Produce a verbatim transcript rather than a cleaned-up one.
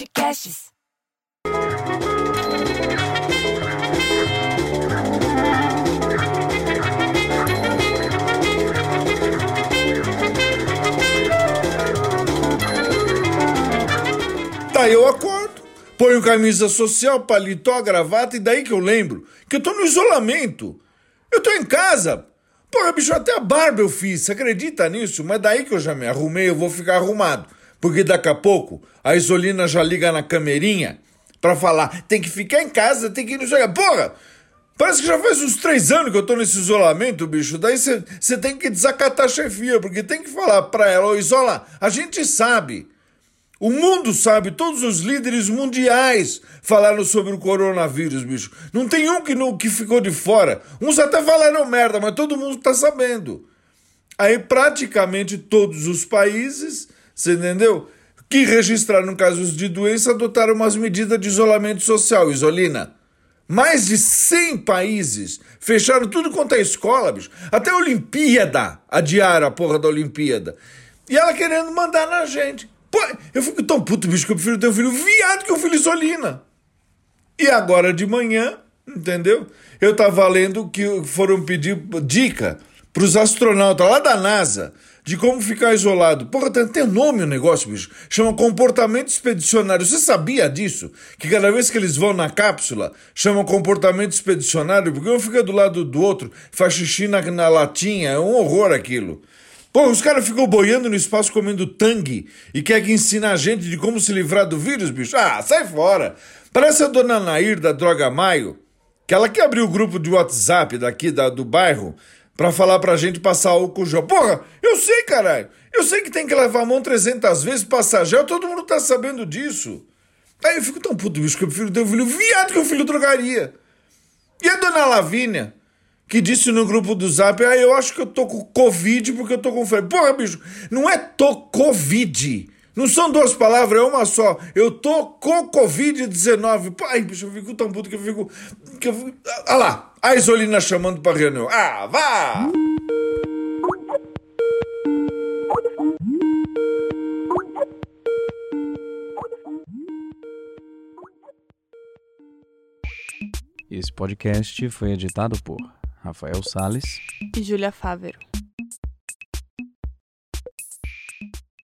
Podcasts. Daí eu acordo, ponho camisa social, paletó, gravata, e daí que eu lembro que eu tô no isolamento. Eu tô em casa. Porra, bicho, até a barba eu fiz, você acredita nisso? Mas daí que eu já me arrumei, eu vou ficar arrumado. Porque daqui a pouco a Isolina já liga na camerinha pra falar, tem que ficar em casa, tem que ir no jogar. Porra, parece que já faz uns três anos que eu tô nesse isolamento, bicho. Daí você tem que desacatar a chefia, porque tem que falar pra ela, ô Isola, a gente sabe. O mundo sabe, todos os líderes mundiais falaram sobre o coronavírus, bicho. Não tem um que, não, que ficou de fora. Uns até falaram merda, mas todo mundo tá sabendo. Aí praticamente todos os países, você entendeu? Que registraram casos de doença adotaram umas medidas de isolamento social, Isolina. Mais de cem países fecharam tudo quanto é escola, bicho. Até a Olimpíada adiaram a porra da Olimpíada. E ela querendo mandar na gente. Pô, eu fico tão puto, bicho, que eu prefiro ter um filho viado que um filho Isolina. E agora de manhã, entendeu? Eu tava lendo que foram pedir dica pros astronautas lá da NASA de como ficar isolado. Porra, tem, tem nome o negócio, bicho. Chama comportamento expedicionário. Você sabia disso? Que cada vez que eles vão na cápsula, chama comportamento expedicionário, porque um fica do lado do outro, faz xixi na, na latinha. É um horror aquilo. Pô, os caras ficam boiando no espaço comendo tangue e quer que ensine a gente de como se livrar do vírus, bicho? Ah, sai fora. Parece a dona Nair da Droga Maio, que ela quer abrir o grupo de WhatsApp daqui da, do bairro pra falar pra gente passar álcool gel. Porra, eu sei, caralho. Eu sei que tem que lavar a mão trezentas vezes, passar gel, todo mundo tá sabendo disso. Aí eu fico tão puto, bicho, que eu prefiro ter um filho viado que um filho drogaria. E a dona Lavínia, que disse no grupo do Zap, ah, eu acho que eu tô com Covid porque eu tô com febre. Porra, bicho, não é tô Covid. Não são duas palavras, é uma só. Eu tô com covid dezenove. Ai, bicho, eu fico tão puto que eu fico... Que eu fico... Ah lá, a Isolina chamando pra reunião. Ah, vá! Esse podcast foi editado por Rafael Salles e Júlia Fávero.